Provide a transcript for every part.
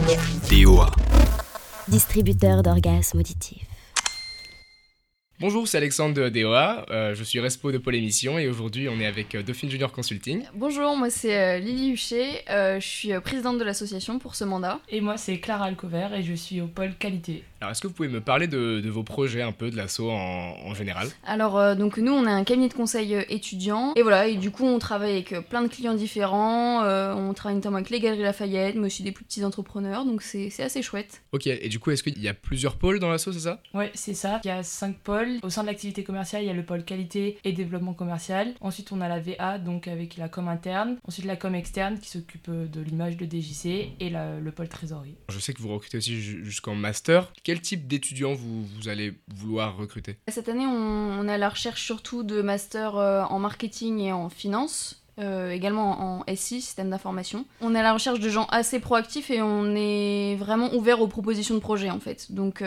DOA. Distributeur d'orgasmes auditifs. Bonjour, c'est Alexandre de DOA, je suis respo de Pôle Émission et aujourd'hui on est avec Dauphine Junior Consulting. Bonjour, moi c'est Lily Huchet, je suis présidente de l'association pour ce mandat. Et moi c'est Clara Alcover et je suis au pôle qualité. Alors est-ce que vous pouvez me parler de vos projets un peu, de l'asso en général ? Alors donc nous on a un cabinet de conseil étudiant et voilà, et du coup on travaille avec plein de clients différents, on travaille notamment avec les Galeries Lafayette mais aussi des plus petits entrepreneurs, donc c'est assez chouette. Ok, et du coup est-ce qu'il y a plusieurs pôles dans l'asso, c'est ça ? Ouais, c'est ça, il y a 5 pôles. Au sein de l'activité commerciale, il y a le pôle qualité et développement commercial. Ensuite, on a la VA, donc avec la com interne. Ensuite, la com externe qui s'occupe de l'image de DJC et le pôle trésorerie. Je sais que vous recrutez aussi jusqu'en master. Quel type d'étudiants vous allez vouloir recruter ? Cette année, on est à la recherche surtout de masters en marketing et en finance. Également en SI, système d'information. On est à la recherche de gens assez proactifs et on est vraiment ouvert aux propositions de projets en fait. Donc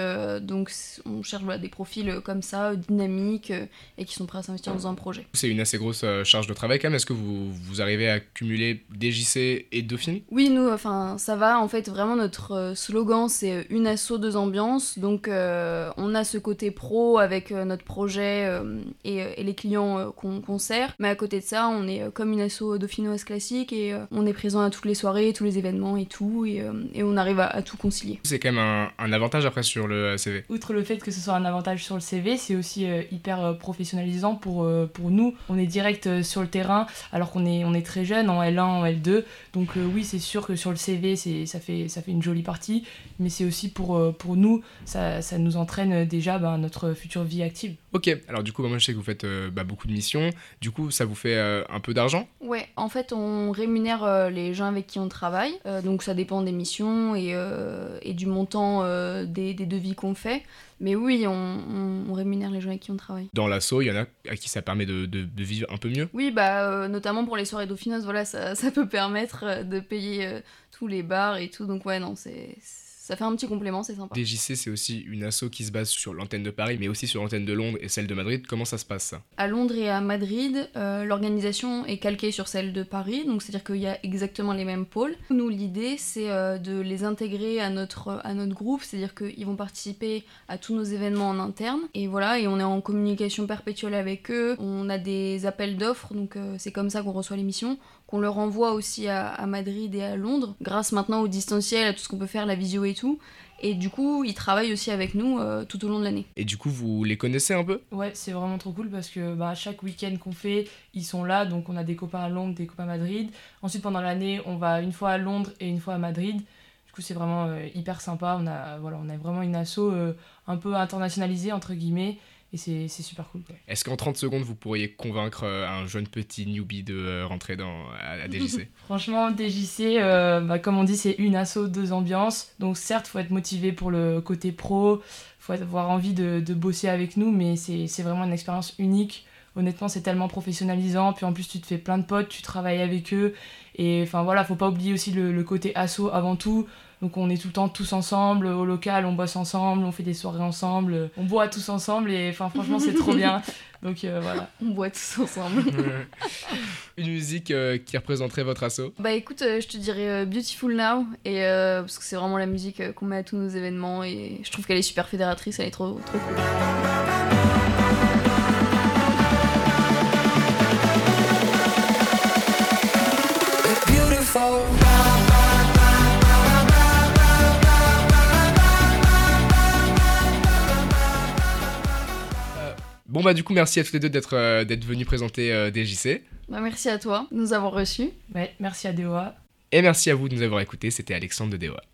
on cherche des profils comme ça, dynamiques et qui sont prêts à s'investir dans un projet. C'est une assez grosse charge de travail quand même. Est-ce que vous arrivez à cumuler DJC et Dauphine ? Oui, nous, ça va. En fait, vraiment notre slogan c'est une asso, deux ambiances. Donc on a ce côté pro avec notre projet et les clients qu'on sert. Mais à côté de ça, on est comme une asso dauphinoise classique et on est présent à toutes les soirées, tous les événements et tout, et on arrive à tout concilier. C'est quand même un avantage après sur le CV. Outre le fait que ce soit un avantage sur le CV, c'est aussi hyper professionnalisant pour nous. On est direct sur le terrain alors qu'on est très jeune, en L1, en L2, donc oui c'est sûr que sur le CV ça fait une jolie partie, mais c'est aussi pour nous, ça nous entraîne déjà notre future vie active. Ok, alors du coup moi je sais que vous faites beaucoup de missions, du coup ça vous fait un peu d'argent ? Ouais, en fait on rémunère les gens avec qui on travaille, donc ça dépend des missions et du montant des devis qu'on fait, mais oui on rémunère les gens avec qui on travaille. Dans l'asso, il y en a à qui ça permet de vivre un peu mieux ? Oui, notamment pour les soirées dauphineuses, voilà, ça peut permettre de payer tous les bars et tout, donc ouais non, ça fait un petit complément, c'est sympa. DJC, c'est aussi une asso qui se base sur l'antenne de Paris, mais aussi sur l'antenne de Londres et celle de Madrid. Comment ça se passe, ça ? À Londres et à Madrid, l'organisation est calquée sur celle de Paris, donc c'est-à-dire qu'il y a exactement les mêmes pôles. Nous, l'idée, c'est de les intégrer à notre groupe, c'est-à-dire qu'ils vont participer à tous nos événements en interne. Et voilà, et on est en communication perpétuelle avec eux. On a des appels d'offres, donc c'est comme ça qu'on reçoit l'émission, qu'on leur envoie aussi à Madrid et à Londres, grâce maintenant au distanciel, à tout ce qu'on peut faire, la visio et tout. Et du coup, ils travaillent aussi avec nous tout au long de l'année. Et du coup, vous les connaissez un peu ? Ouais, c'est vraiment trop cool parce que chaque week-end qu'on fait, ils sont là. Donc on a des copains à Londres, des copains à Madrid. Ensuite, pendant l'année, on va une fois à Londres et une fois à Madrid. Du coup, c'est vraiment hyper sympa. On a vraiment une asso un peu internationalisée, entre guillemets. Et c'est super cool, quoi. Est-ce qu'en 30 secondes, vous pourriez convaincre un jeune petit newbie de rentrer à DJC ? Franchement, DJC, comme on dit, c'est une asso, deux ambiances. Donc certes, faut être motivé pour le côté pro, faut avoir envie de bosser avec nous, mais c'est vraiment une expérience unique. Honnêtement, c'est tellement professionnalisant. Puis en plus, tu te fais plein de potes, tu travailles avec eux. Et faut pas oublier aussi le côté asso avant tout. Donc on est tout le temps tous ensemble, au local, on bosse ensemble, on fait des soirées ensemble, on boit tous ensemble et franchement c'est trop bien. Donc voilà. On boit tous ensemble. Une musique qui représenterait votre asso ? Écoute, je te dirais Beautiful Now, et, parce que c'est vraiment la musique qu'on met à tous nos événements et je trouve qu'elle est super fédératrice, elle est trop cool. Du coup, merci à tous les deux d'être venus présenter DJC. Merci à toi de nous avoir reçus. Ouais, merci à DOA. Et merci à vous de nous avoir écoutés, c'était Alexandre de DOA.